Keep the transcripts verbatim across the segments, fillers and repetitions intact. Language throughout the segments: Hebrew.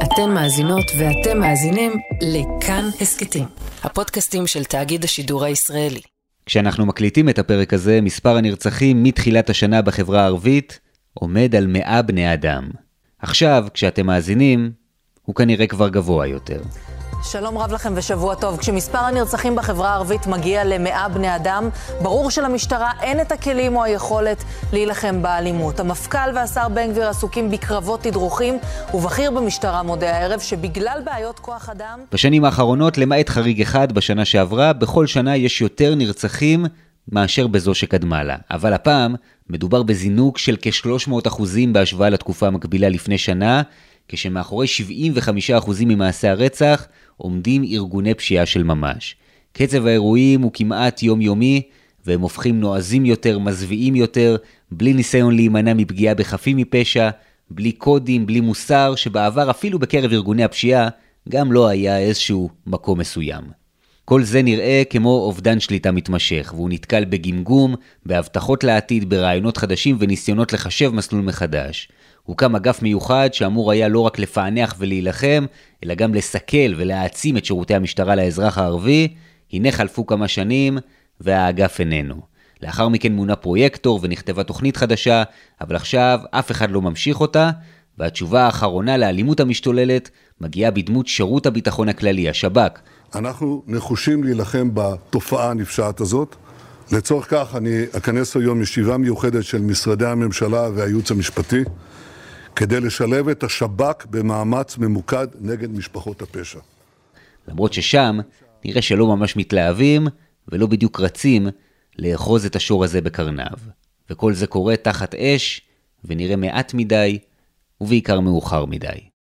אתן מאזינות ואתם מאזינים לכאן הסקטים, הפודקאסטים של תאגיד השידור הישראלי. כשאנחנו מקליטים את הפרק הזה, מספר הנרצחים מתחילת השנה בחברה הערבית עומד על מאה בני אדם. עכשיו, כשאתם מאזינים, הוא כנראה כבר גבוה יותר. שלום רב לכם ושבוע טוב. כשמספר הנרצחים בחברה הערבית מגיע למאה בני אדם, ברור שלמשטרה אין את הכלים או היכולת להילחם באלימות. המפכ"ל והשר בן גביר עסוקים בקרבות תדרוכים, ובכיר במשטרה מודה הערב שבגלל בעיות כוח אדם... בשנים האחרונות, למעט חריג אחד בשנה שעברה, בכל שנה יש יותר נרצחים מאשר בזו שקדמה לה. אבל הפעם מדובר בזינוק של כ-שלוש מאות אחוזים בהשוואה לתקופה המקבילה לפני שנה, כשמאחורי שבעים וחמישה אחוז ממעשי הרצח עומדים ארגוני פשיעה של ממש. קצב האירועים הוא כמעט יומיומי, והם הופכים נועזים יותר, מזוויעים יותר, בלי ניסיון להימנע מפגיעה בחפים מפשע, בלי קודים, בלי מוסר, שבעבר אפילו בקרב ארגוני הפשיעה גם לא היה איזשהו מקום מסוים. כל זה נראה כמו אובדן שליטה מתמשך, והוא נתקל בגמגום, בהבטחות לעתיד, ברעיונות חדשים וניסיונות לחשב מסלול מחדש. הוקם אגף מיוחד שאמור היה לא רק לפענח ולהילחם, אלא גם לסכל ולהעצים את שירותי המשטרה לאזרח הערבי. הנה חלפו כמה שנים והאגף איננו. לאחר מכן מונה פרויקטור ונכתבה תוכנית חדשה, אבל עכשיו אף אחד לא ממשיך אותה, והתשובה האחרונה לאלימות המשתוללת מגיעה בדמות שירות הביטחון הכללי, השב"כ. אנחנו נחושים להילחם בתופעה הנפשעת הזאת. לצורך כך אני אכנס היום ישיבה מיוחדת של משרדי הממשלה והייעוץ המשפטי, כדי לשלב את השב"כ במאמץ ממוקד נגד משפחות הפשע. למרות ששם נראה שלא ממש מתלהבים ולא בדיוק רצים לאחוז את השור הזה בקרניו. וכל זה קורה תחת אש ונראה מעט מדי ובעיקר מאוחר מדי.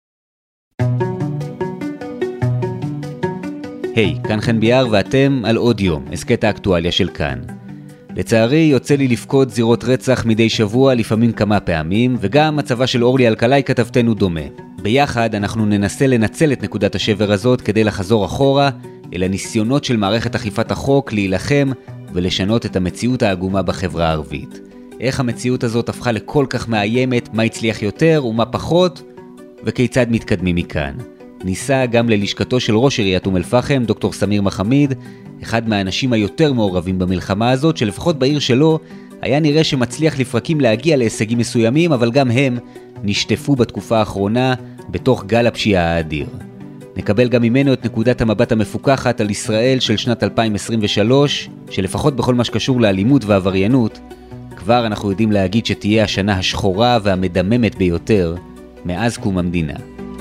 היי, כאן חן ביאר ואתם על עוד יום, הסקט האקטואליה של כאן. לצערי יוצא לי לפקוד זירות רצח מדי שבוע, לפעמים כמה פעמים, וגם מצבה של אורלי אלקלעי כתבתנו דומה. ביחד אנחנו ננסה לנצל את נקודת השבר הזאת כדי לחזור אחורה אל הניסיונות של מערכת אכיפת החוק להילחם ולשנות את המציאות העגומה בחברה הערבית. איך המציאות הזאת הפכה לכל כך מאיימת, מה הצליח יותר ומה פחות, וכיצד מתקדמים מכאן. ניסה גם ללשכתו של ראש עיריית אום אל-פחם, דוקטור סמיר מחמיד, אחד מהאנשים היותר מעורבים במלחמה הזאת, שלפחות בעיר שלו היה נראה שמצליח לפרקים להגיע להישגים מסוימים, אבל גם הם נשטפו בתקופה האחרונה בתוך גל הפשיעה האדיר. נקבל גם ממנו את נקודת המבט המפוקחת על ישראל של שנת אלפיים עשרים ושלוש, שלפחות בכל מה שקשור לאלימות ועבריינות, כבר אנחנו יודעים להגיד שתהיה השנה השחורה והמדממת ביותר מאז קום המדינה.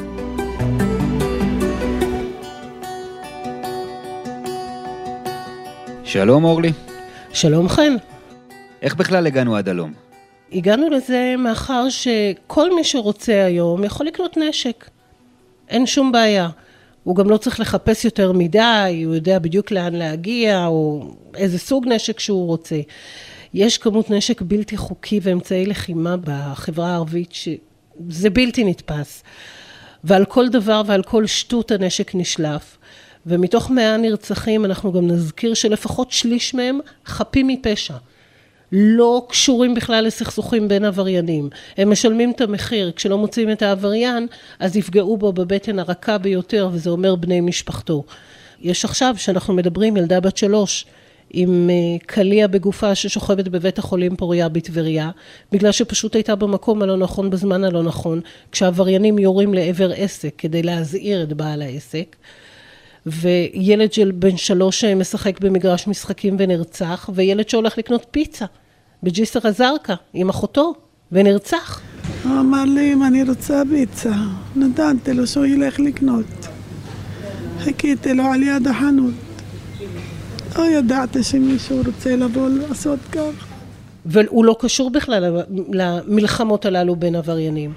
שלום אורלי. שלום חן. איך בכלל הגענו עד הלום? הגענו לזה מאחר שכל מי שרוצה היום יכול לקנות נשק. אין שום בעיה. הוא גם לא צריך לחפש יותר מדי, הוא יודע בדיוק לאן להגיע, או איזה סוג נשק שהוא רוצה. יש כמות נשק בלתי חוקי ואמצעי לחימה בחברה הערבית שזה בלתי נתפס. ועל כל דבר ועל כל שטות הנשק נשלף. ומתוך מאה נרצחים אנחנו גם נזכיר שלפחות שליש מהם חפים מפשע. לא קשורים בכלל לסכסוכים בין עבריינים. הם משלמים את המחיר. כשלא מוצאים את העבריין, אז יפגעו בו בבטן הרכה ביותר, וזה אומר בני משפחתו. יש עכשיו שאנחנו מדברים ילדה בת שלוש, עם קליה בגופה ששוכבת בבית החולים פוריה בטבריה, בגלל שפשוט הייתה במקום הלא נכון בזמן הלא נכון, כשהעבריינים יורים לעבר עסק כדי להזהיר את בעל העסק. וילד של בן שלוש משחק במגרש משחקים ונרצח, וילד שהולך לקנות פיצה בג'יסר א-זרקא עם אחותו ונרצח. הוא אמר לי אם אני רוצה פיצה, נתנתי לו שהוא ילך לקנות. חיכיתי לו על יד החנות. לא ידעתי שמישהו רוצה לבוא לעשות כך. והוא לא קשור בכלל למלחמות הללו בין עבריינים.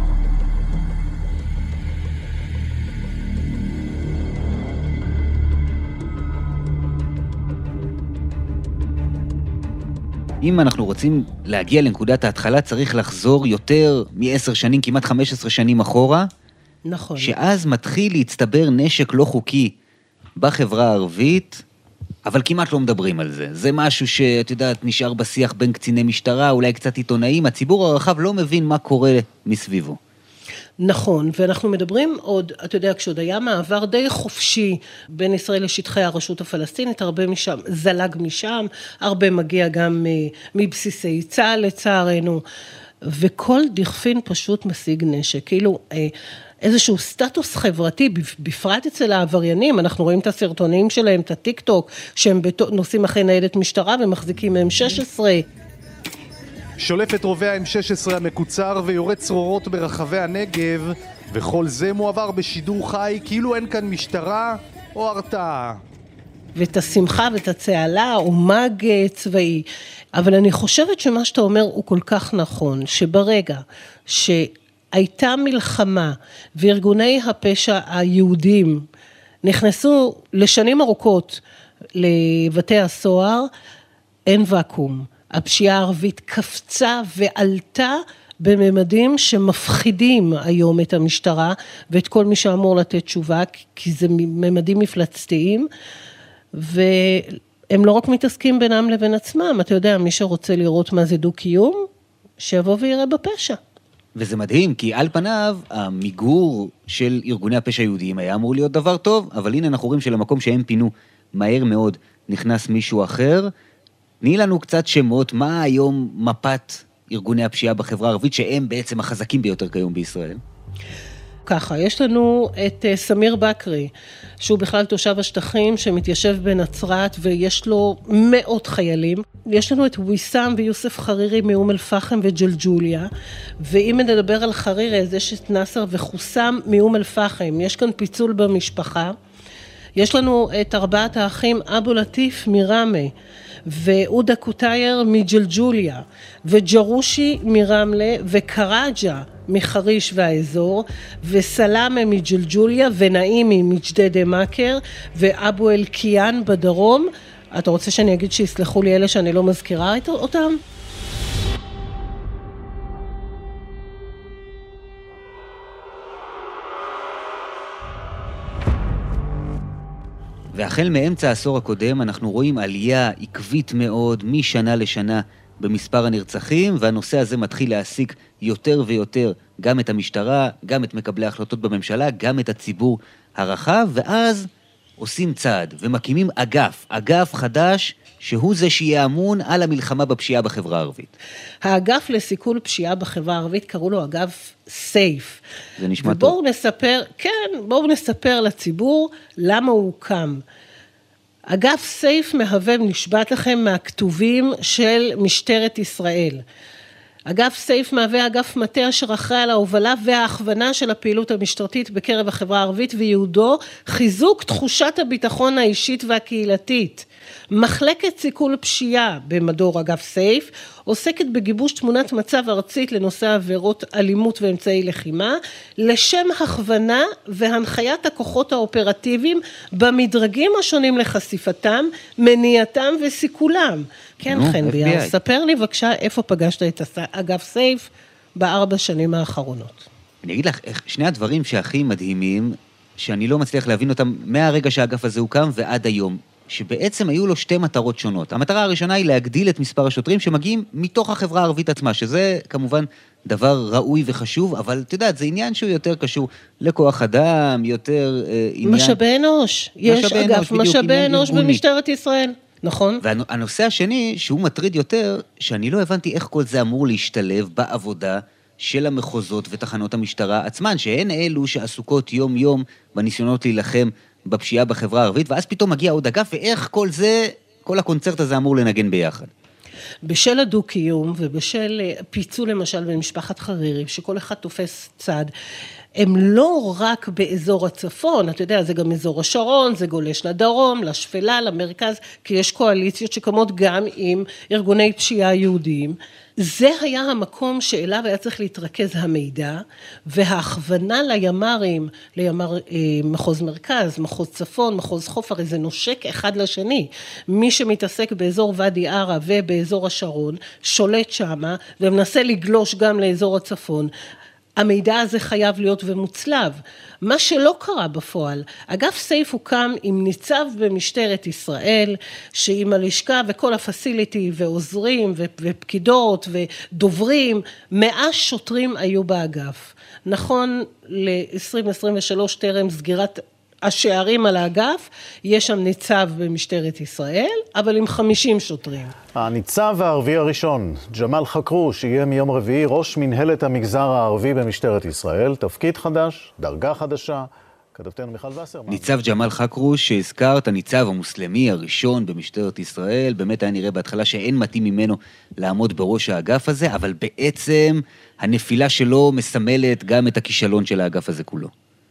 אם אנחנו רוצים להגיע לנקודת ההתחלה, צריך לחזור יותר מ-עשר שנים, כמעט חמש עשרה שנים אחורה. נכון. שאז מתחיל להצטבר נשק לא חוקי בחברה הערבית, אבל כמעט לא מדברים על זה. זה משהו שאת יודעת, נשאר בשיח בין קציני משטרה, אולי קצת עיתונאים, הציבור הרחב לא מבין מה קורה מסביבו. נכון, ואנחנו מדברים עוד, אתה יודע, כשעוד היה מעבר די חופשי בין ישראל לשטחי הרשות הפלסטינית, הרבה משם, זלג משם, הרבה מגיע גם מבסיסי צה"ל לצערנו, וכל דכפין פשוט משיג נשק, כאילו איזשהו סטטוס חברתי, בפרט אצל העבריינים, אנחנו רואים את הסרטונים שלהם, את הטיק טוק, שהם נוסעים אחרי ניידת משטרה ומחזיקים אם שש עשרה. שולף את רובי ה-אם שש עשרה המקוצר ויורד צרורות ברחבי הנגב, וכל זה מועבר בשידור חי כאילו אין כאן משטרה או הרתעה. ואת השמחה ואת הצהלה או מג צבאי. אבל אני חושבת שמה שאתה אומר הוא כל כך נכון, שברגע שהייתה מלחמה וארגוני הפשע היהודים נכנסו לשנים ארוכות לבתי הסוהר, אין ואקום. הפשיעה הערבית קפצה ועלתה בממדים שמפחידים היום את המשטרה ואת כל מי שאמור לתת תשובה, כי זה ממדים מפלצתיים, והם לא רק מתעסקים בינם לבין עצמם, אתה יודע, מי שרוצה לראות מה זה דו-קיום, שיבוא ויראה בפשע. וזה מדהים, כי על פניו, המיגור של ארגוני הפשע היהודיים היה אמור להיות דבר טוב, אבל הנה אנחנו רואים שלמקום שהם פינו מהר מאוד נכנס מישהו אחר. תני לנו קצת שמות, מה היום מפת ארגוני הפשיעה בחברה הערבית, שהם בעצם החזקים ביותר כיום בישראל? ככה, יש לנו את סמיר בקרי, שהוא בכלל תושב השטחים, שמתיישב בנצרת, ויש לו מאות חיילים. יש לנו את ויסם ויוסף חרירי מאום אל-פחם וג'לג'וליה, ואם נדבר על חרירי, אז יש את נאסר וחוסם מאום אל-פחם. יש כאן פיצול במשפחה. יש לנו את ארבעת האחים אבו לטיף מרמה, ואודה קוטייר מג'לג'וליה, וג'רושי מרמלה, וקראג'ה מחריש והאזור, וסלאמה מג'לג'וליה, ונאימי מג'דדה מכר, ואבו אל-קיאן בדרום. אתה רוצה שאני אגיד שיסלחו לי אלה שאני לא מזכירה אותם? והחל מאמצע העשור הקודם אנחנו רואים עלייה עקבית מאוד משנה לשנה במספר הנרצחים, והנושא הזה מתחיל להעסיק יותר ויותר גם את המשטרה, גם את מקבלי ההחלטות בממשלה, גם את הציבור הרחב, ואז עושים צעד ומקימים אגף, אגף חדש שהוא זה שיהיה אמון על המלחמה בפשיעה בחברה הערבית. האגף לסיכול פשיעה בחברה הערבית קראו לו אגף סייף. זה נשמע ובואו טוב. נספר, כן, בואו נספר לציבור למה הוא קם. אגף סייף מהווה, נשבעת לכם, מהכתובים של משטרת ישראל. אגף סייף מהווה אגף מטה אשר אחראי על ההובלה וההכוונה של הפעילות המשטרתית בקרב החברה הערבית, ויהודו חיזוק תחושת הביטחון האישית והקהילתית. מחלקת סיכול פשיעה במדור אגף סייף עוסקת בגיבוש תמונת מצב ארצית לנושא עבירות אלימות ואמצעי לחימה, לשם הכוונה והנחיית הכוחות האופרטיביים במדרגים השונים לחשיפתם, מניעתם וסיכולם. כן, חן ביאר, ספר לי בבקשה איפה פגשת את אגף סייף בארבע שנים האחרונות. אני אגיד לך, שני הדברים שהכי מדהימים, שאני לא מצליח להבין אותם מהרגע שהאגף הזה הוקם ועד היום, שבעצם היו לו שתי מטרות שונות. המטרה הראשונה היא להגדיל את מספר השוטרים שמגיעים מתוך החברה הערבית עצמה, שזה כמובן דבר ראוי וחשוב, אבל אתה יודעת, זה עניין שהוא יותר קשור לכוח אדם, יותר אה, עניין... משאבי אנוש. יש אגף משאבי אנוש במשטרת ישראל. נכון. והנושא השני, שהוא מטריד יותר, שאני לא הבנתי איך כל זה אמור להשתלב בעבודה של המחוזות ותחנות המשטרה עצמן, שהן אלו שעסוקות יום יום בניסיונות להילחם בפשיעה בחברה הערבית, ואז פתאום מגיע עוד אגף, ואיך כל זה, כל הקונצרט הזה אמור לנגן ביחד. בשל הדו-קיום ובשל פיצול למשל במשפחת חרירי, שכל אחד תופס צד, הם לא רק באזור הצפון, אתה יודע, זה גם אזור השרון, זה גולש לדרום, לשפלה, למרכז, כי יש קואליציות שקמות גם עם ארגוני פשיעה יהודיים. זה היה המקום שאליו היה צריך להתרכז המידע, וההכוונה לימ"רים, לימ"ר אה, מחוז מרכז, מחוז צפון, מחוז חוף, הרי זה נושק אחד לשני. מי שמתעסק באזור ואדי ערה ובאזור השרון, שולט שמה, ומנסה לגלוש גם לאזור הצפון. המידע הזה חייב להיות ומוצלב. מה שלא קרה בפועל, אגף סייף הוקם עם ניצב במשטרת ישראל, שעם הלשכה וכל הפסיליטי ועוזרים ופקידות ודוברים, מאה שוטרים היו באגף. נכון ל-עשרים עשרים ושלוש טרם סגירת השערים על האגף, יש שם ניצב במשטרת ישראל, אבל עם חמישים שוטרים. הניצב הערבי הראשון, ג'מאל חכרוש, יהיה מיום רביעי ראש מנהלת המגזר הערבי במשטרת ישראל, תפקיד חדש, דרגה חדשה. כתבתנו מיכל וסר. ניצב ג'מאל חכרוש, שהזכרת, הניצב המוסלמי הראשון במשטרת ישראל, באמת היה נראה בהתחלה שאין מתאים ממנו לעמוד בראש האגף הזה, אבל בעצם הנפילה שלו מסמלת גם את הכישלון של האגף הזה כולו.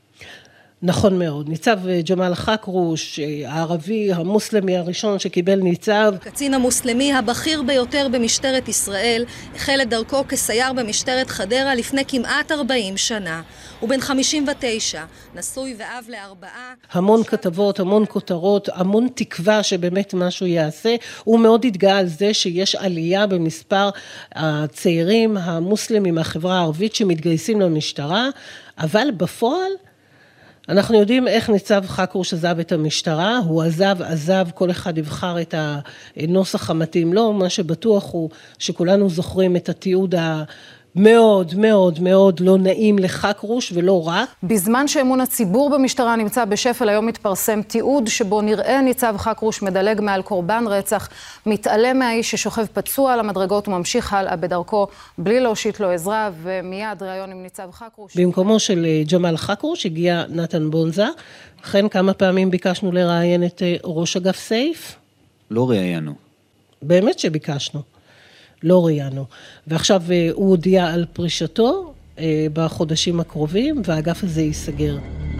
נכון מאוד, ניצב ג'מאל חכרוש, הערבי המוסלמי הראשון שקיבל ניצב. הקצין המוסלמי הבכיר ביותר במשטרת ישראל, החל את דרכו כסייר במשטרת חדרה לפני כמעט ארבעים שנה. הוא בן חמישים ותשע, נשוי ואב לארבעה. המון כתבות, המון כותרות, המון תקווה שבאמת משהו יעשה. הוא מאוד התגאה על זה שיש עלייה במספר הצעירים המוסלמים מהחברה הערבית שמתגייסים למשטרה, אבל בפועל אנחנו יודעים איך ניצב חכרוש עזב את המשטרה, הוא עזב, עזב, כל אחד יבחר את הנוסח המתאים לו, מה שבטוח הוא שכולנו זוכרים את התיעוד המאוד מאוד מאוד לא נעים לחכרוש ולא רק. בזמן שאמון הציבור במשטרה נמצא בשפל, היום מתפרסם תיעוד שבו נראה ניצב חכרוש מדלג מעל קורבן רצח, מתעלם מהאיש ששוכב פצוע על המדרגות וממשיך הלאה בדרכו בלי להושיט לו עזרה, ומיד ראיון עם ניצב חכרוש. במקומו של ג'מאל חכרוש הגיע נתן בונזה, לכן כמה פעמים ביקשנו לראיין את ראש אגף סייף? לא ראיינו. באמת שביקשנו. לא ראיינו. ועכשיו הוא הודיע על פרישתו בחודשים הקרובים, והאגף הזה ייסגר.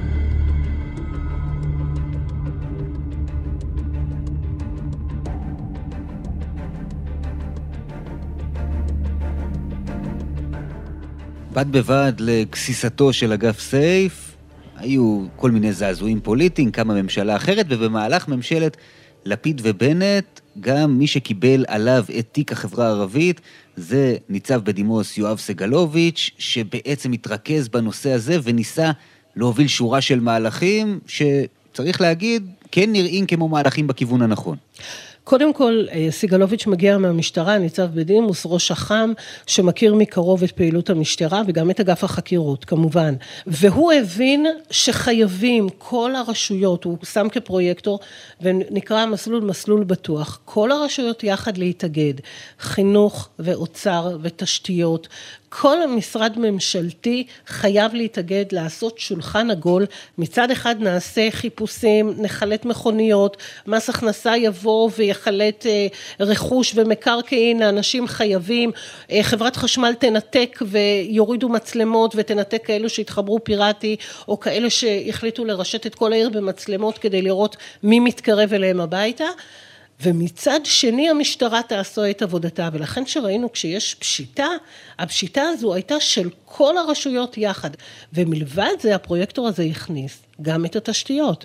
בד בבד לכסיסתו של אגף סייף, היו כל מיני זעזועים פוליטיים, כמה ממשלה אחרת, ובמהלך ממשלת לפיד ובנט, גם מי שקיבל עליו את תיק החברה הערבית, זה ניצב בדימוס יואב סגלוביץ', שבעצם התרכז בנושא הזה, וניסה להוביל שורה של מהלכים, שצריך להגיד, כן נראים כמו מהלכים בכיוון הנכון. קודם כל, סגלוביץ' מגיע מהמשטרה, ניצב בדימוס, ראש אח"ם, שמכיר מקרוב את פעילות המשטרה, וגם את אגף החקירות, כמובן. והוא הבין שחייבים כל הרשויות, הוא שם כפרויקטור, ונקרא מסלול מסלול בטוח, כל הרשויות יחד להתאגד, חינוך ואוצר ותשתיות, כל המשרד ממשלתי חייב להתאגד, לעשות שולחן עגול, מצד אחד נעשה חיפושים, נחלט מכוניות, מס הכנסה יבוא ויחלט רכוש ומקרקעין, האנשים חייבים, חברת חשמל תנתק ויורידו מצלמות ותנתק כאלו שהתחברו פיראטי, או כאלו שהחליטו לרשת את כל העיר במצלמות כדי לראות מי מתקרב אליהם הביתה, ומצד שני המשטרה תעשו את עבודתה, ולכן שראינו כשיש פשיטה, הפשיטה הזו הייתה של כל הרשויות יחד, ומלבד זה הפרויקטור הזה הכניס גם את התשתיות,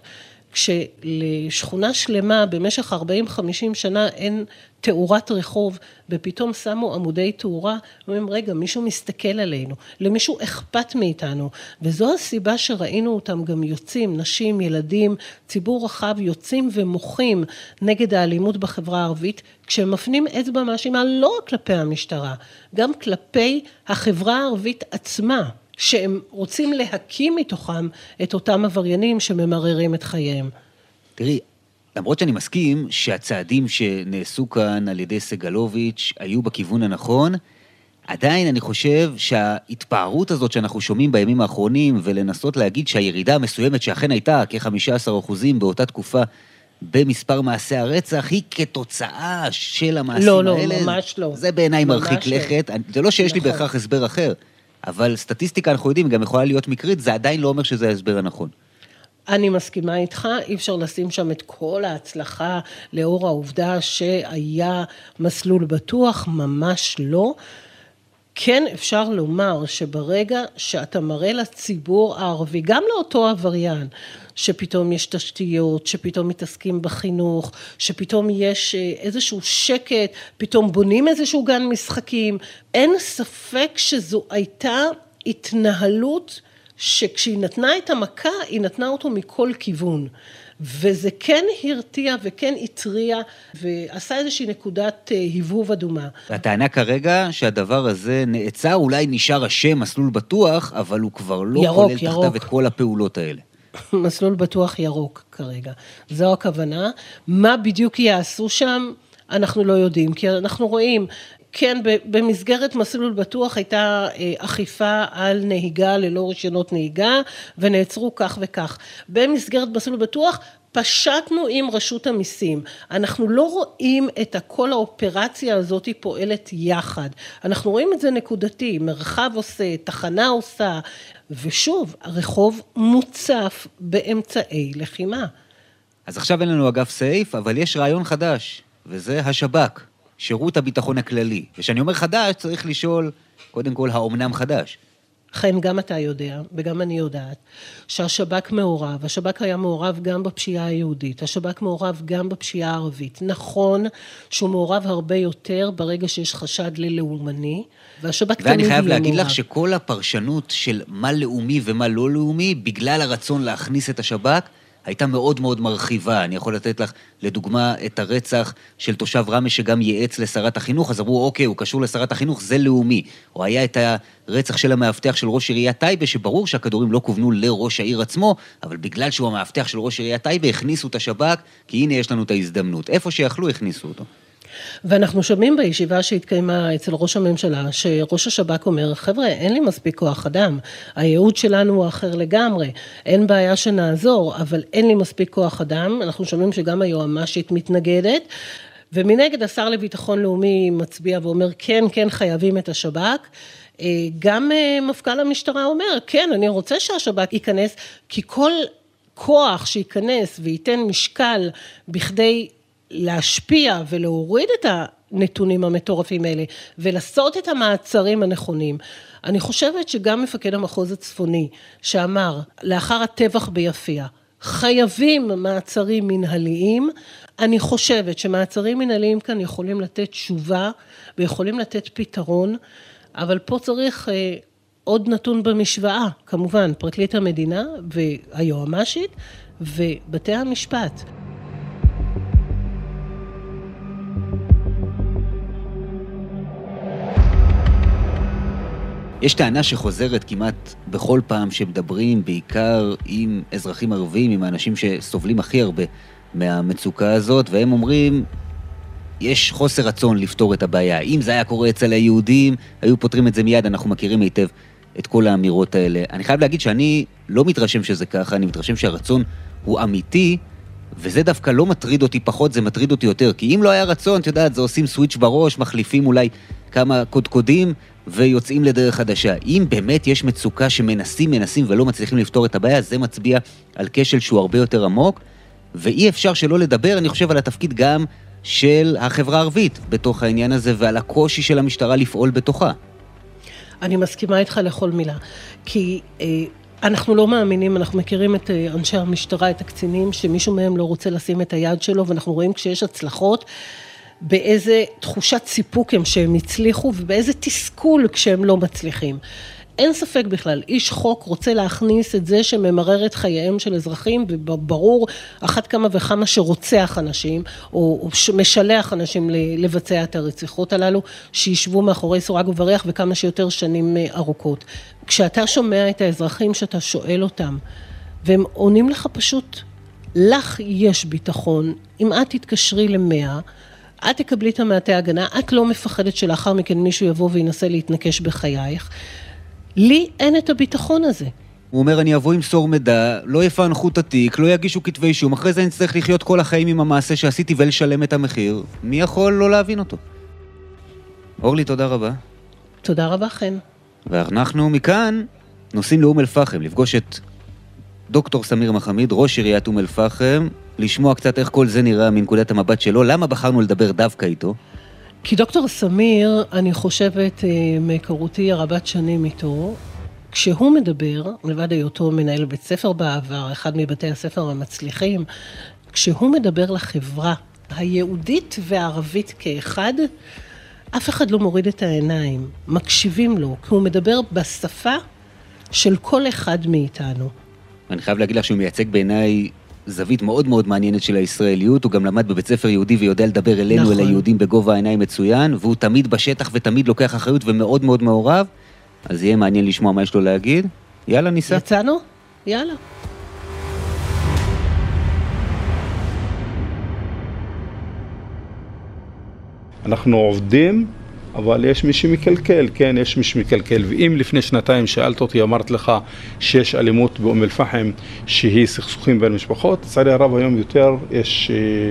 כשלשכונה שלמה במשך ארבעים חמישים שנה אין תאורת רחוב, ופתאום שמו עמודי תאורה, אומרים רגע מישהו מסתכל עלינו, למישהו אכפת מאיתנו, וזו הסיבה שראינו אותם גם יוצאים, נשים, ילדים, ציבור רחב יוצאים ומוחים נגד האלימות בחברה הערבית, כשהם מפנים אצבע מאשימה לא רק כלפי המשטרה, גם כלפי החברה הערבית עצמה, שהם רוצים להקים מתוכם את אותם עבריינים שממררים את חייהם. תראי, למרות שאני מסכים שהצעדים שנעשו כאן על ידי סגלוביץ' היו בכיוון הנכון, עדיין אני חושב שההתפארות הזאת שאנחנו שומעים בימים האחרונים, ולנסות להגיד שהירידה המסוימת שאכן הייתה כ-חמישה עשר אחוזים באותה תקופה במספר מעשי הרצח, היא כתוצאה של המעשים לא, לא, האלה. לא, ממש לא. זה בעיניי מרחיק לכת. לא. זה לא שיש נכון. לי בהכרח הסבר אחר, אבל סטטיסטיקה אנחנו יודעים, גם יכולה להיות מקרית, זה עדיין לא אומר שזה ההסבר הנכון. אני מסכימה איתך, אי אפשר לשים שם את כל ההצלחה לאור העובדה שהיה מסלול בטוח, ממש לא. כן אפשר לומר שברגע שאתה מראה לציבור הערבי, גם לאותו עבריין, שפתאום יש תשתיות, שפתאום מתעסקים בחינוך, שפתאום יש איזשהו שקט, פתאום בונים איזשהו גן משחקים, אין ספק שזו הייתה התנהלות שכשהיא נתנה את המכה, היא נתנה אותו מכל כיוון. וזה כן הרתיע וכן התריע, ועשה איזושהי נקודת היבוב אדומה. הטענה כרגע שהדבר הזה נעצר, אולי נשאר השם מסלול בטוח, אבל הוא כבר לא ירוק, כולל ירוק. תחתיו את כל הפעולות האלה. מסלול בטוח ירוק כרגע. זו הכוונה. מה בדיוק יעשו שם, אנחנו לא יודעים, כי אנחנו רואים, כן, במסגרת מסלול בטוח הייתה אכיפה על נהיגה ללא רישיונות נהיגה, ונעצרו כך וכך. במסגרת מסלול בטוח פשטנו עם רשות המיסים. אנחנו לא רואים את כל האופרציה הזאת פועלת יחד. אנחנו רואים את זה נקודתי, מרחב עושה, תחנה עושה, ושוב, הרחוב מוצף באמצעי לחימה. אז עכשיו אין לנו אגף סייף, אבל יש רעיון חדש, וזה השב"כ, שירות הביטחון הכללי. ושאני אומר חדש, צריך לשאול, קודם כל, האומנם חדש? לכן גם אתה יודע, וגם אני יודעת, שהשב"כ מעורב, השב"כ היה מעורב גם בפשיעה היהודית, השב"כ מעורב גם בפשיעה הערבית. נכון שהוא מעורב הרבה יותר ברגע שיש חשד ללאומני, והשב"כ תמיד יהיה מעורב. ואני חייב להגיד לך שכל הפרשנות של מה לאומי ומה לא לאומי, בגלל הרצון להכניס את השב"כ, הייתה מאוד מאוד מרחיבה. אני יכול לתת לך לדוגמה את הרצח של תושב רמלה שגם ייעץ לשרת החינוך, אז אמרו, אוקיי, הוא קשור לשרת החינוך, זה לאומי. או היה את הרצח של המאבטח של ראש עיריית טייבה, שברור שהכדורים לא כוונו לראש העיר עצמו, אבל בגלל שהוא המאבטח של ראש עיריית טייבה, הכניסו את השב"כ, כי הנה יש לנו את ההזדמנות. איפה שיכלו, הכניסו אותו. ואנחנו שומעים בישיבה שהתקיימה אצל ראש הממשלה, שראש השב"כ אומר, חבר'ה, אין לי מספיק כוח אדם, הייעוד שלנו הוא אחר לגמרי, אין בעיה שנעזור, אבל אין לי מספיק כוח אדם, אנחנו שומעים שגם היועמ"שית מתנגדת, ומנגד השר לביטחון לאומי מצביע ואומר, כן, כן, חייבים את השב"כ, גם מפכ"ל המשטרה אומר, כן, אני רוצה שהשב"כ ייכנס, כי כל כוח שייכנס וייתן משקל בכדי להשפיע ולהוריד את הנתונים המטורפים האלה, ולעשות את המעצרים הנכונים. אני חושבת שגם מפקד המחוז הצפוני, שאמר, לאחר הטבח ביפיע, חייבים מעצרים מנהליים, אני חושבת שמעצרים מנהליים כאן יכולים לתת תשובה, ויכולים לתת פתרון, אבל פה צריך אה, עוד נתון במשוואה, כמובן, פרקליט המדינה והיועמ"שית, ובתי המשפט. יש טענה שחוזרת כמעט בכל פעם שמדברים, בעיקר עם אזרחים ערבים, עם האנשים שסובלים הכי הרבה מהמצוקה הזאת, והם אומרים, יש חוסר רצון לפתור את הבעיה. אם זה היה קורה אצל היהודים, היו פותרים את זה מיד, אנחנו מכירים היטב את כל האמירות האלה. אני חייב להגיד שאני לא מתרשם שזה ככה, אני מתרשם שהרצון הוא אמיתי, וזה דווקא לא מטריד אותי פחות, זה מטריד אותי יותר, כי אם לא היה רצון, אתה יודעת, זה עושים סוויץ' בראש, מחליפים אולי כמה קודקודים, ויוצאים לדרך חדשה. אם באמת יש מצוקה שמנסים, מנסים ולא מצליחים לפתור את הבעיה, זה מצביע על כשל שהוא הרבה יותר עמוק, ואי אפשר שלא לדבר, אני חושב, על התפקיד גם של החברה הערבית בתוך העניין הזה, ועל הקושי של המשטרה לפעול בתוכה. אני מסכימה איתך לכל מילה, כי אה, אנחנו לא מאמינים, אנחנו מכירים את אה, אנשי המשטרה, את הקצינים, שמישהו מהם לא רוצה לשים את היד שלו, ואנחנו רואים כשיש הצלחות, באיזה תחושת סיפוק הם שהם הצליחו, ובאיזה תסכול כשהם לא מצליחים. אין ספק בכלל, איש חוק רוצה להכניס את זה שממרר את חייהם של אזרחים, וברור אחת כמה וכמה שרוצח אנשים, או משלח אנשים לבצע את הרציחות הללו, שישבו מאחורי סורג ובריח וכמה שיותר שנים ארוכות. כשאתה שומע את האזרחים שאתה שואל אותם, והם עונים לך פשוט, לך יש ביטחון, אם את תתקשרי למאה, את תקבלי את המעטה הגנה, את לא מפחדת שלאחר מכן מישהו יבוא וינסה להתנקש בחייך. לי אין את הביטחון הזה. הוא אומר, אני אבוא עם סור מידע, לא יפענחו את התיק, לא יגישו כתבי אישום, אחרי זה אני צריך לחיות כל החיים עם המעשה שעשיתי ולשלם את המחיר. מי יכול לא להבין אותו? אורלי, תודה רבה. תודה רבה, חן. ואנחנו מכאן נוסעים לאום אל-פחם, לפגוש את דוקטור סמיר מחמיד, ראש עיריית אום אל-פחם, לשמוע קצת איך כל זה נראה מנקודת המבט שלו. למה בחרנו לדבר דווקא איתו? כי דוקטור סמיר, אני חושבת, מהיכרותי הרבת שנים איתו, כשהוא מדבר, לבד היותו מנהל בית ספר בעבר, אחד מבתי הספר המצליחים, כשהוא מדבר לחברה היהודית והערבית כאחד, אף אחד לא מוריד את העיניים, מקשיבים לו, כי הוא מדבר בשפה של כל אחד מאיתנו. אני חייב להגיד לך שהוא מייצג בעיניי זווית מאוד מאוד מעניינת של הישראליות, הוא גם למד בבית ספר יהודי ויודע לדבר אלינו, נכון. אל היהודים בגובה העיניים מצוין, והוא תמיד בשטח ותמיד לוקח אחריות ומאוד מאוד מעורב, אז יהיה מעניין לשמוע מה יש לו להגיד. יאללה, ניסה. יצאנו? יאללה. אנחנו עובדים, אבל יש מי שמקלקל, כן, יש מי שמקלקל. ואם לפני שנתיים שאלת אותי, אמרת לך שיש אלימות באום אל-פחם, שהיא סכסוכים בין משפחות, לצערי הרב היום יותר יש,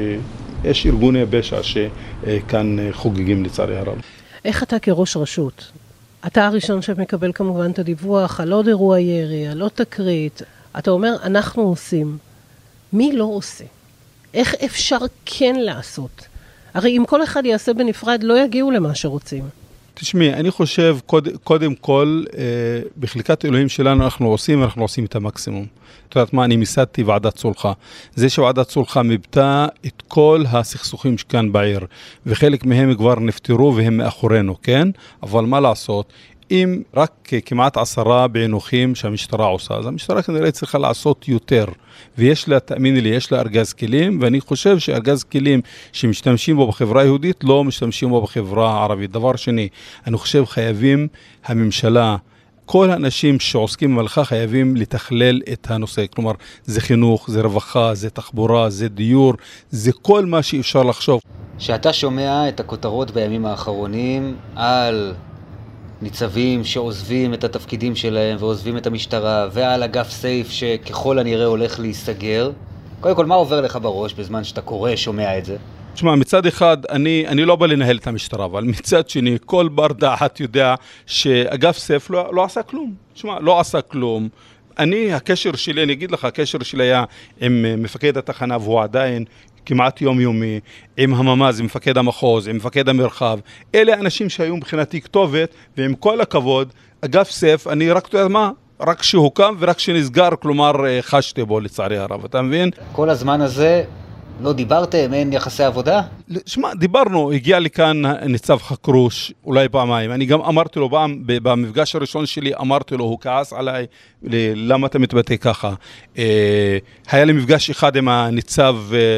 יש ארגוני פשע שכאן חוגגים לצערי הרב. איך אתה כראש רשות? אתה הראשון שמקבל כמובן את הדיווח על עוד אירוע ירי, על עוד תקרית. אתה אומר, אנחנו עושים. מי לא עושה? איך אפשר כן לעשות? הרי אם כל אחד יעשה בנפרד, לא יגיעו למה שרוצים. תשמעי, אני חושב, קוד, קודם כל, אה, בחלקת אלוהים שלנו אנחנו עושים, אנחנו עושים את המקסימום. את יודעת מה, אני מיסדתי ועדת סולחה. זה שוועדת סולחה מבטא את כל הסכסוכים שכאן בעיר, וחלק מהם כבר נפטרו והם מאחורינו, כן? אבל מה לעשות? אם רק כמעט עשרה בעינוכים שהמשטרה עושה, אז המשטרה כנראה צריכה לעשות יותר. ויש לה, תאמיני לי, יש לה ארגז כלים, ואני חושב שארגז כלים שמשתמשים בו בחברה היהודית, לא משתמשים בו בחברה הערבית. דבר שני, אני חושב חייבים הממשלה, כל האנשים שעוסקים במלאכה חייבים לתכלל את הנושא. כלומר, זה חינוך, זה רווחה, זה תחבורה, זה דיור, זה כל מה שאפשר לחשוב. שאתה שומע את הכותרות בימים האחרונים על ניצבים שעוזבים את התפקידים שלהם ועוזבים את המשטרה, ועל אגף סייף שככל הנראה הולך להיסגר. קודם כל, מה עובר לך בראש בזמן שאתה קורא, שומע את זה? תשמע, מצד אחד, אני, אני לא בא לנהל את המשטרה, אבל מצד שני, כל בר דעת יודע שאגף סייף לא, לא עשה כלום. תשמע, לא עשה כלום. אני, הקשר שלי, אני אגיד לך, הקשר שלי היה עם מפקד התחנה, והוא עדיין כמעט יומיומי, עם הממ"ז, עם מפקד המחוז, עם מפקד המרחב. אלה אנשים שהיו מבחינתי כתובת, ועם כל הכבוד, אגף סייף, אני רק תודה מה? רק שהוקם ורק שנסגר, כלומר חשתי בו לצערי הרב, אתה מבין? כל הזמן הזה לא דיברתם, אין יחסי עבודה? שמע, דיברנו, הגיע לכאן ניצב חכרוש, אולי פעמיים. אני גם אמרתי לו, במפגש הראשון שלי, אמרתי לו, הוא כעס עליי, למה אתה מתבטא ככה? היה לי מפגש אחד עם הניצב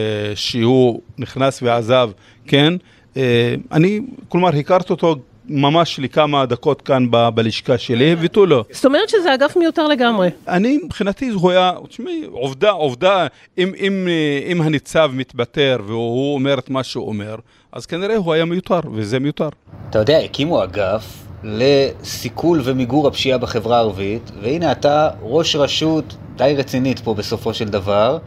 שהוא נכנס ועזב, כן? אני, כלומר, הכרתי אותו ממש לכמה דקות כאן ב- בלשכה שלי, ותו לא. זאת אומרת שזה אגף מיותר לגמרי. אני, מבחינתי, הוא היה, תשמעי, עובדה, עובדה, אם, אם, אם הניצב מתבטר והוא אומר את מה שהוא אומר, אז כנראה הוא היה מיותר, וזה מיותר. אתה יודע, הקימו אגף לסיכול ומיגור הפשיעה בחברה הערבית, והנה אתה ראש רשות די רצינית פה בסופו של דבר,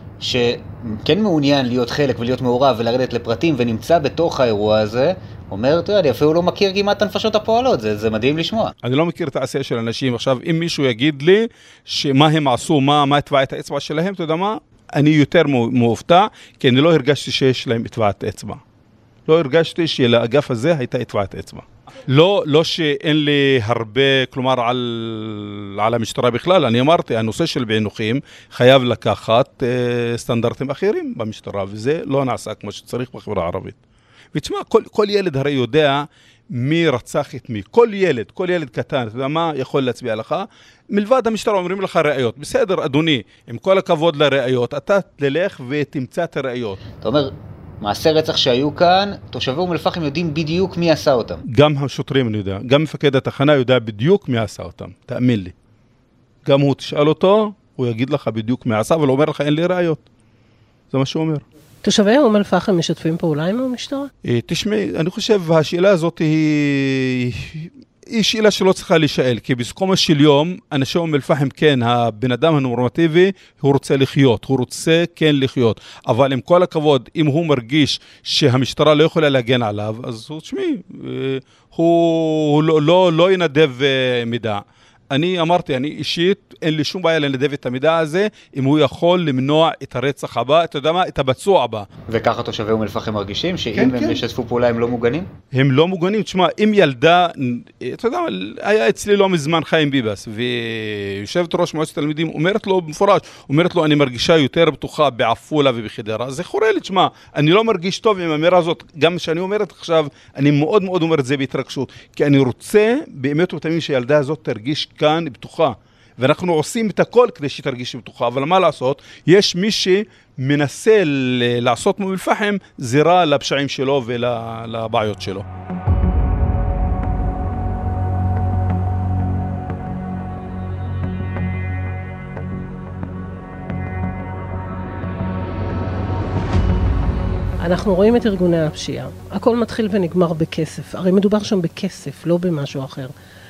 שכן מעוניין להיות חלק ולהיות מעורב ולרדת לפרטים ונמצא בתוך האירוע הזה, אומר, תראה, אני אפילו לא מכיר כמעט את הנפשות הפועלות, זה, זה מדהים לשמוע. אני לא מכיר את העשייה של אנשים. עכשיו, אם מישהו יגיד לי שמה הם עשו, מה, מה הטבעת האצבע שלהם, אתה יודע מה? אני יותר מופתע, כי אני לא הרגשתי שיש להם הטבעת אצבע. לא הרגשתי שלאגף הזה הייתה הטבעת אצבע. לא, לא שאין לי הרבה, כלומר, על, על המשטרה בכלל. אני אמרתי, הנושא של בעינוכים חייב לקחת אה, סטנדרטים אחרים במשטרה, וזה לא נעשה כמו שצריך בחברה הערבית. ותשמע, כל, כל ילד הרי יודע מי רצח את מי. כל ילד, כל ילד קטן, אתה יודע מה יכול להצביע לך? מלבד המשטרה אומרים לך ראיות. בסדר, אדוני, עם כל הכבוד לראיות, אתה תלך ותמצא את הראיות. אתה אומר, מעשי רצח שהיו כאן, תושבי אום אל-פחם יודעים בדיוק מי עשה אותם. גם השוטרים אני יודע, גם מפקד התחנה יודע בדיוק מי עשה אותם, תאמין לי. גם הוא תשאל אותו, הוא יגיד לך בדיוק מי עשה, אבל הוא אומר לך אין לי ראיות. זה מה שהוא אומר. תושבי אום אל-פחם משתפים פעולה עם המשטרה? תשמעי, אני חושב השאלה הזאת היא, היא שאלה שלא צריכה להישאל, כי בסיכומו של יום, אנשי אום אל-פחם, כן, הבן אדם הנורמטיבי, הוא רוצה לחיות, הוא רוצה כן לחיות, אבל עם כל הכבוד, אם הוא מרגיש שהמשטרה לא יכולה להגן עליו, אז הוא, תשמעי, הוא, הוא לא, לא, לא ינדב מידע. אני אמרתי, אני אישית, אין לי שום בעיה לנדב את המידע הזה, אם הוא יכול למנוע את הרצח הבא, אתה יודע מה, את הבצוע הבא. וככה תושבי אום אל-פחם מרגישים, שאם כן, הם כן. ישתפו פעולה הם לא מוגנים? הם לא מוגנים, תשמע, אם ילדה, אתה יודע, היה אצלי לא מזמן חיים ביבס, ויושבת ראש מועצת תלמידים, אומרת לו במפורש, אומרת לו, אני מרגישה יותר בטוחה בעפולה ובחדרה, זה חורה לי, תשמע, אני לא מרגיש טוב עם האמירה הזאת, גם שאני אומרת עכשיו, אני מאוד מאוד אומר את זה בהתרגשות, כי אני רוצה באמת ובתמים שילדה הזאת תרגיש כאן בטוחה. ואנחנו עושים את הכל כדי שתרגיש בטוחה, אבל מה לעשות? יש מי שמנסה לעשות מאום אל-פחם זירה לפשעים שלו ולבעיות שלו. אנחנו רואים את ארגוני הפשיעה. הכל מתחיל ונגמר בכסף. הרי מדובר שם בכסף, לא במשהו אחר.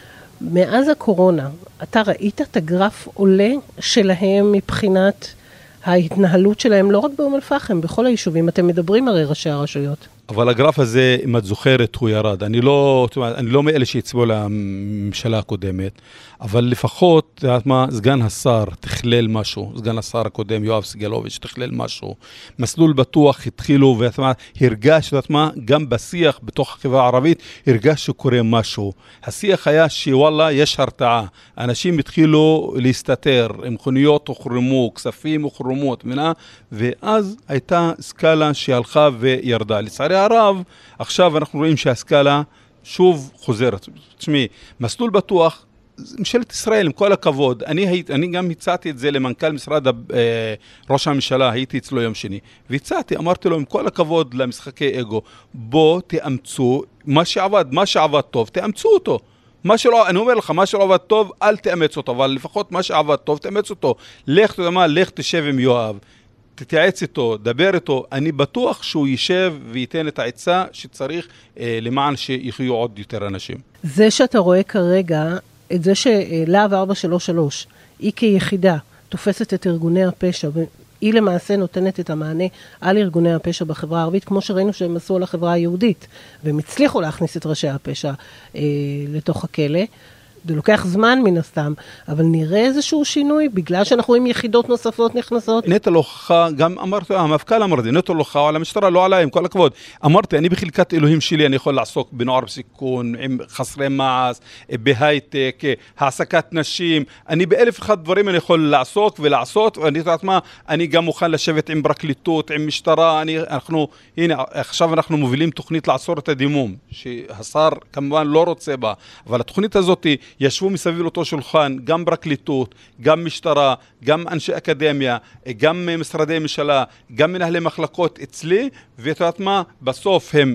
מאז הקורונה, אתה ראית את הגרף עולה שלהם מבחינת ההתנהלות שלהם, לא רק באום אל-פחם, בכל היישובים. אתם מדברים הרי ראשי הרשויות. אבל הגרף הזה, אם את זוכרת, הוא ירד. אני לא, אני לא מאלה שהצביעו לממשלה הקודמת, אבל לפחות, את יודעת מה, סגן השר תכלל משהו, סגן השר הקודם, יואב סגלוביץ', תכלל משהו. מסלול בטוח התחילו, ואת מה, הרגש, את יודעת מה, גם בשיח בתוך החברה הערבית, הרגש שקורה משהו. השיח היה שוואלה, יש הרתעה. אנשים התחילו להסתתר, מכוניות הוחרמו, כספים הוחרמו, את מבינה? ואז הייתה סקאלה שהלכה וירדה. לצערי הרב, עכשיו אנחנו רואים שהסקאלה שוב חוזרת. תשמעי, מסלול בטוח, ממשלת ישראל, עם כל הכבוד, אני, היית, אני גם הצעתי את זה למנכ"ל משרד אה, ראש הממשלה, הייתי אצלו יום שני, והצעתי, אמרתי לו, עם כל הכבוד למשחקי אגו, בוא תאמצו מה שעבד, מה שעבד טוב, תאמצו אותו. מה שלא, אני אומר לך, מה שלא עבד טוב, אל תאמץ אותו, אבל לפחות מה שעבד טוב, תאמץ אותו. לך, אתה יודע מה, לך תשב עם יואב. תתייעץ איתו, דבר איתו, אני בטוח שהוא יישב וייתן את העצה שצריך אה, למען שיחיו עוד יותר אנשים. זה שאתה רואה כרגע, את זה שלהב ארבע שלוש שלוש, היא כיחידה תופסת את ארגוני הפשע, והיא למעשה נותנת את המענה על ארגוני הפשע בחברה הערבית, כמו שראינו שהם עשו על החברה היהודית, והם הצליחו להכניס את ראשי הפשע אה, לתוך הכלא, זה לוקח זמן מן הסתם, אבל נראה איזשהו שינוי, בגלל שאנחנו רואים יחידות נוספות נכנסות. נטע להוכחה, גם אמרתי, המפכ"ל אמרתי, נטע להוכחה על המשטרה, לא עליי, עם כל הכבוד. אמרתי, אני בחלקת אלוהים שלי, אני יכול לעסוק בנוער בסיכון, עם חסרי מעש, בהייטק, העסקת נשים, אני באלף אחד דברים אני יכול לעסוק ולעשות, ואני יודעת מה, אני גם מוכן לשבת עם פרקליטות, עם משטרה, אני, אנחנו, הנה, עכשיו אנחנו מובילים תוכנית לעצור את הדימום, שהשר כמובן לא רוצה בה, אבל התוכנית הזאת ישבו מסביב לאותו שולחן, גם פרקליטות, גם משטרה, גם אנשי אקדמיה, גם משרדי ממשלה, גם מנהלי מחלקות אצלי, ואת יודעת מה, בסוף הם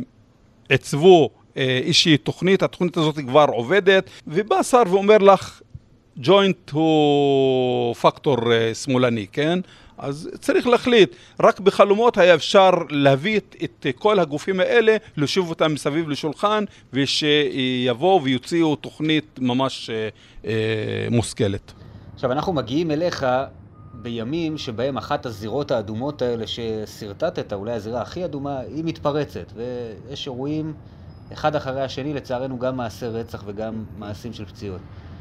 עצבו איזושהי תוכנית, התוכנית הזאת כבר עובדת, ובא שר ואומר לך, ג'וינט הוא פקטור שמאלני, כן? אז צריך להחליט, רק בחלומות היה אפשר להביא את כל הגופים האלה, לשוב אותם מסביב לשולחן, ושיבואו ויוציאו תוכנית ממש אה, אה, מושכלת. עכשיו, אנחנו מגיעים אליך בימים שבהם אחת הזירות האדומות האלה שסרטטת, אולי הזירה הכי אדומה, היא מתפרצת, ויש אירועים אחד אחרי השני, לצערנו גם מעשי רצח וגם מעשים של פציעות.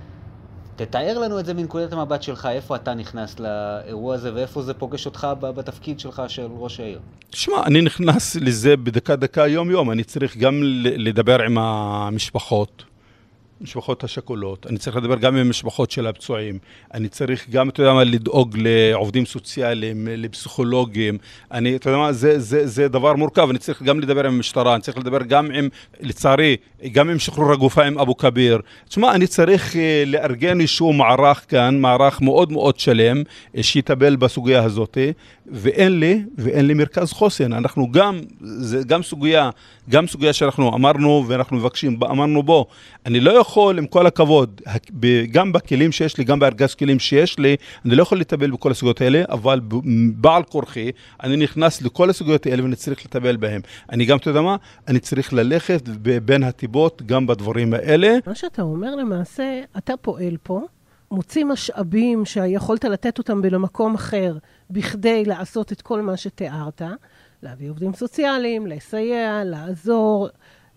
תתאר לנו את זה מנקודת המבט שלך, איפה אתה נכנס לאירוע הזה, ואיפה זה פוגש אותך בתפקיד שלך של ראש העיר? תשמע, אני נכנס לזה בדקה דקה יום יום, אני צריך גם לדבר עם המשפחות, משפחות השכולות, אני צריך לדבר גם עם המשפחות של הפצועים, אני צריך גם, אתה יודע מה, לדאוג לעובדים סוציאליים, לפסיכולוגים, אני, אתה יודע מה, זה, זה, זה דבר מורכב, אני צריך גם לדבר עם המשטרה, אני צריך לדבר גם עם, לצערי, גם עם שחרור הגופה עם אבו כביר. תשמע, אני צריך לארגן איזשהו מערך כאן, מערך מאוד מאוד שלם, שיטפל בסוגיה הזאת, ואין לי, ואין לי מרכז חוסן. אנחנו גם, זה גם סוגיה, גם סוגיה שאנחנו אמרנו ואנחנו מבקשים, אמרנו בו, אני לא יכול עם כל הכבוד, גם בכלים שיש לי, גם בארגז כלים שיש לי, אני לא יכול לטפל בכל הסוגיות האלה, אבל בעל כורחי, אני נכנס לכל הסוגיות האלה ואני צריך לטפל בהם. אני גם, אתה יודע מה, אני צריך ללכת בין הטיבות גם בדברים האלה. מה שאתה אומר למעשה, אתה פועל פה, מוציא משאבים שיכולת לתת אותם במקום אחר, בכדי לעשות את כל מה שתיארת, להביא עובדים סוציאליים, לסייע, לעזור,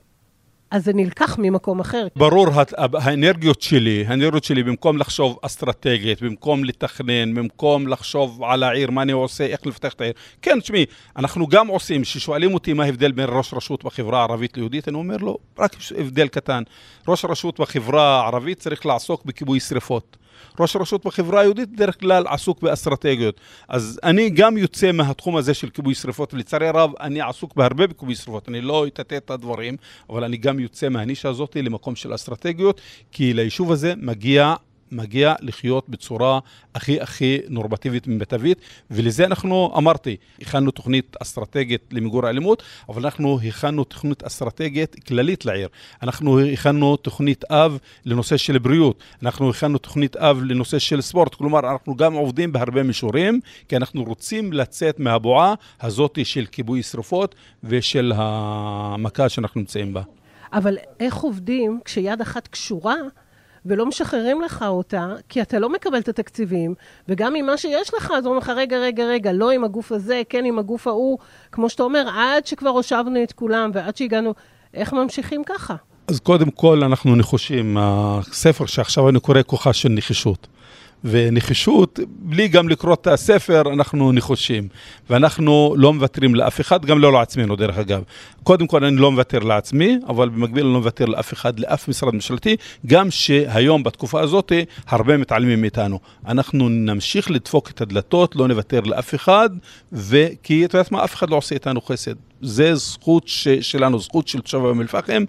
אז זה נלקח ממקום אחר. ברור, האנרגיות שלי, האנרגיות שלי, במקום לחשוב אסטרטגית, במקום לתכנן, במקום לחשוב על העיר, מה אני עושה, איך לפתח את העיר. כן, תשמעי, אנחנו גם עושים, ששואלים אותי מה ההבדל בין ראש רשות בחברה הערבית ליהודית, אני אומר לו, רק הבדל קטן. ראש רשות בחברה הערבית צריך לעסוק בכיבוי שריפות. ראש הרשות בחברה היהודית בדרך כלל עסוק באסטרטגיות. אז אני גם יוצא מהתחום הזה של כיבוי שריפות, ולצערי הרב אני עסוק בהרבה בכיבוי שריפות, אני לא אתתה את הדברים, אבל אני גם יוצא מהנישה הזאת למקום של אסטרטגיות, כי ליישוב הזה מגיע מגיע לחיות בצורה הכי הכי נורמטיבית ומיטבית, ולזה אנחנו, אמרתי, הכנו תוכנית אסטרטגית למיגור האלימות, אבל אנחנו הכנו תוכנית אסטרטגית כללית לעיר. אנחנו הכנו תוכנית אב לנושא של בריאות, אנחנו הכנו תוכנית אב לנושא של ספורט, כלומר אנחנו גם עובדים בהרבה מישורים, כי אנחנו רוצים לצאת מהבועה הזאת של כיבוי שרפות ושל המכה שאנחנו נמצאים בה. אבל איך עובדים כשיד אחת קשורה ולא משחררים לך אותה, כי אתה לא מקבל את התקציבים, וגם עם מה שיש לך, אז אומרים לך, רגע, רגע, רגע, לא עם הגוף הזה, כן עם הגוף ההוא, כמו שאתה אומר, עד שכבר הושבנו את כולם, ועד שהגענו, איך ממשיכים ככה? אז קודם כל אנחנו נחושים, הספר שעכשיו אני קורא כוחה של נחישות. ונחישות, בלי גם לקרוא את הספר, אנחנו נחושים. ואנחנו לא מוותרים לאף אחד, גם לא לעצמנו דרך אגב. קודם כל אני לא מוותר לעצמי, אבל במקביל אני לא מוותר לאף אחד, לאף משרד ממשלתי, גם שהיום בתקופה הזאת הרבה מתעלמים מאיתנו. אנחנו נמשיך לדפוק את הדלתות, לא נוותר לאף אחד, וכי אתה יודעת מה, אף אחד לא עושה איתנו חסד. זה זכות ש- שלנו, זכות של תושבי אום אל-פחם,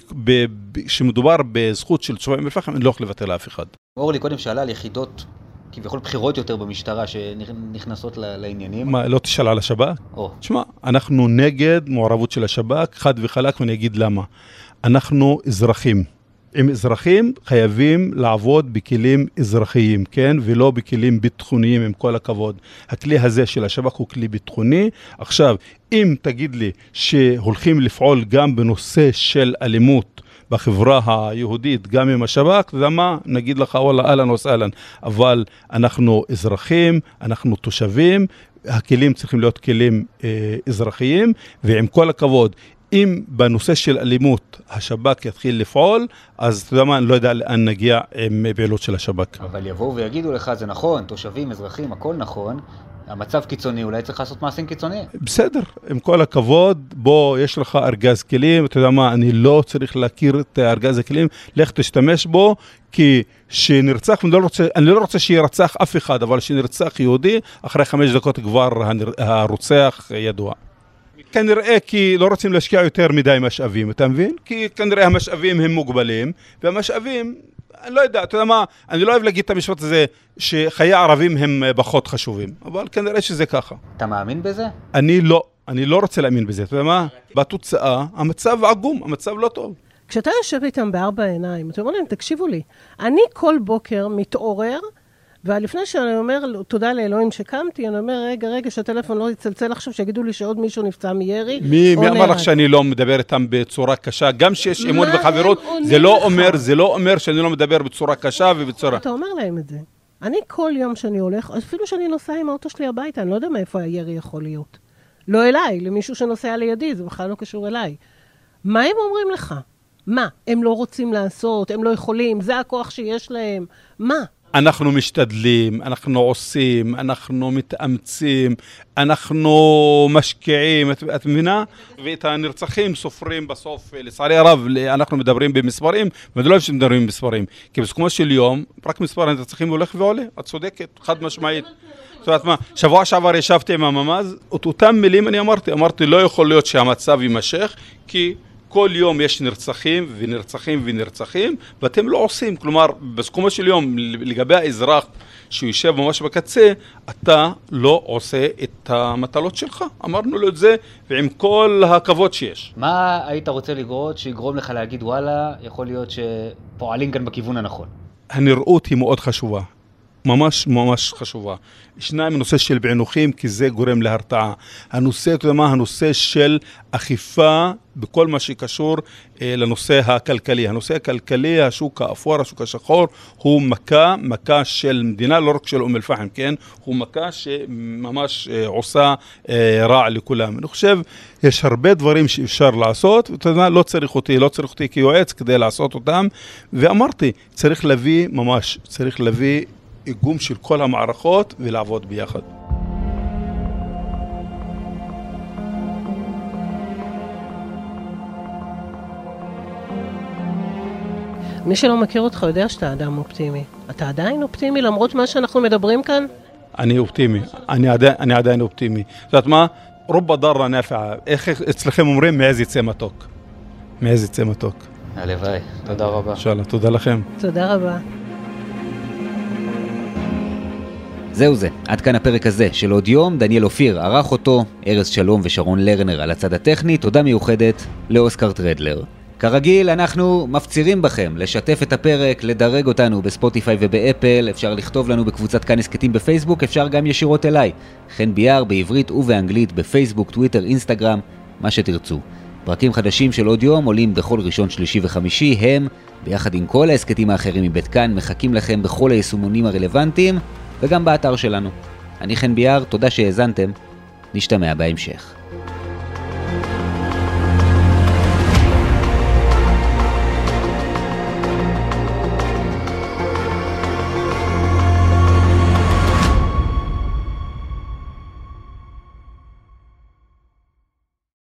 וכשמדובר בזכות של תושבי אום אל-פחם, אני לא יכול לוותר לאף אחד. אורלי קודם שאלה על יחידות כביכול בחירות יותר במשטרה שנכנסות לעניינים. מה, לא תשאל על השב"כ? או. תשמע, אנחנו נגד מעורבות של השב"כ, חד וחלק, ואני אגיד למה. אנחנו אזרחים. עם אזרחים חייבים לעבוד בכלים אזרחיים, כן? ולא בכלים ביטחוניים, עם כל הכבוד. הכלי הזה של השב"כ הוא כלי ביטחוני. עכשיו, אם תגיד לי שהולכים לפעול גם בנושא של אלימות בחברה היהודית, גם עם השב"כ, אתה יודע מה? נגיד לך, וואלה, אהלן וסהלן. אבל אנחנו אזרחים, אנחנו תושבים, הכלים צריכים להיות כלים אה, אזרחיים, ועם כל הכבוד, אם בנושא של אלימות השב"כ יתחיל לפעול, אז אתה יודע מה, אני לא יודע לאן נגיע עם פעילות של השב"כ. אבל יבואו ויגידו לך, זה נכון, תושבים, אזרחים, הכל נכון, המצב קיצוני, אולי צריך לעשות מעשים קיצוניים. בסדר, עם כל הכבוד, בוא, יש לך ארגז כלים, אתה יודע מה, אני לא צריך להכיר את ארגז הכלים, לך תשתמש בו, כי שנרצח, אני לא רוצה, אני לא רוצה שירצח אף אחד, אבל שנרצח יהודי, אחרי חמש דקות כבר הרוצח ידוע. כנראה כי לא רוצים להשקיע יותר מדי משאבים, אתה מבין? כי כנראה המשאבים הם מוגבלים, והמשאבים, אני לא יודע, אתה יודע מה, אני לא אוהב להגיד את המשפט הזה, שחיי ערבים הם פחות חשובים, אבל כנראה שזה ככה. אתה מאמין בזה? אני לא, אני לא רוצה להאמין בזה, אתה יודע מה? בתוצאה, המצב עגום, המצב לא טוב. כשאתה יושב איתם בארבע עיניים, אתה אומר להם, תקשיבו לי, אני כל בוקר מתעורר, ולפני שאני אומר תודה לאלוהים שקמתי, אני אומר, רגע, רגע, שהטלפון לא יצלצל עכשיו, שיגידו לי שעוד מישהו נפצע מירי. מי, מי אמר לך שאני לא מדבר איתם בצורה קשה? גם שיש אמון וחברות, זה לא אומר, זה לא אומר שאני לא מדבר בצורה קשה ובצורה... אתה אומר להם את זה. אני כל יום שאני הולך, אפילו שאני נוסע עם האוטו שלי הביתה, אני לא יודע מאיפה הירי יכול להיות. לא אליי, למישהו שנוסע לידי, זה בכלל לא קשור אליי. מה הם אומרים לך? מה? הם לא רוצים לעשות, הם לא יכולים, זה הכוח שיש להם. מה? אנחנו משתדלים, אנחנו עושים, אנחנו מתאמצים, אנחנו משקיעים, את, את מבינה? ואת הנרצחים סופרים בסוף, לצערי הרב, אנחנו מדברים במספרים, ואני לא אוהב שמדברים במספרים, כי בסיכומו של יום, רק מספר הנרצחים הולך ועולה, את צודקת, חד משמעית. זאת אומרת מה, שבוע שעבר ישבתי עם הממז, את אותם מילים אני אמרתי, אמרתי, לא יכול להיות שהמצב יימשך, כי... כל יום יש נרצחים ונרצחים ונרצחים, ואתם לא עושים. כלומר, בסיכומו של יום, לגבי האזרח שהוא יושב ממש בקצה, אתה לא עושה את המטלות שלך. אמרנו לו את זה, ועם כל הכבוד שיש. מה היית רוצה לגרות שיגרום לך להגיד, וואלה, יכול להיות שפועלים כאן בכיוון הנכון? הנראות היא מאוד חשובה. ממש ממש חשובה. שניים, הנושא של בענוחים, כי זה גורם להרתעה. הנושא, אתה יודע מה, הנושא של אכיפה בכל מה שקשור אה, לנושא הכלכלי. הנושא הכלכלי, השוק האפור, השוק השחור, הוא מכה, מכה של מדינה, לא רק של אום אל-פחם, כן? הוא מכה שממש אה, עושה אה, רע לכולם. אני חושב, יש הרבה דברים שאפשר לעשות, ואתה יודע, לא צריך אותי, לא צריך אותי כיועץ כדי לעשות אותם, ואמרתי, צריך להביא, ממש, צריך להביא איגום של כל המערכות ולעבוד ביחד. מי שלא מכיר אותך יודע שאתה אדם אופטימי. אתה עדיין אופטימי למרות מה שאנחנו מדברים כאן? אני אופטימי, אני עדיין, אני עדיין אופטימי. זאת אומרת מה? רוב דרה נפעה. איך אצלכם אומרים מעז יצא מתוק? מעז יצא מתוק. הלוואי, תודה רבה. אינשאללה, תודה לכם. תודה רבה. זהו זה, עד כאן הפרק הזה של עוד יום. דניאל אופיר ערך אותו, ארז שלום ושרון לרנר על הצד הטכני. תודה מיוחדת לאוסקר טרדלר. כרגיל, אנחנו מפצירים בכם לשתף את הפרק, לדרג אותנו בספוטיפיי ובאפל. אפשר לכתוב לנו בקבוצת כאן הסקטים בפייסבוק, אפשר גם ישירות אליי, חן ביאר, בעברית ובאנגלית, בפייסבוק, טוויטר, אינסטגרם, מה שתרצו. פרקים חדשים של עוד יום עולים בכל ראשון, שלישי וחמישי. הם, ביחד עם כל ההסקטים האחרים מבית כאן, מחכים לכם בכל היישומונים הרלוונטיים וגם באתר שלנו. אני חן ביאר, תודה שהאזנתם, נשתמע בהמשך.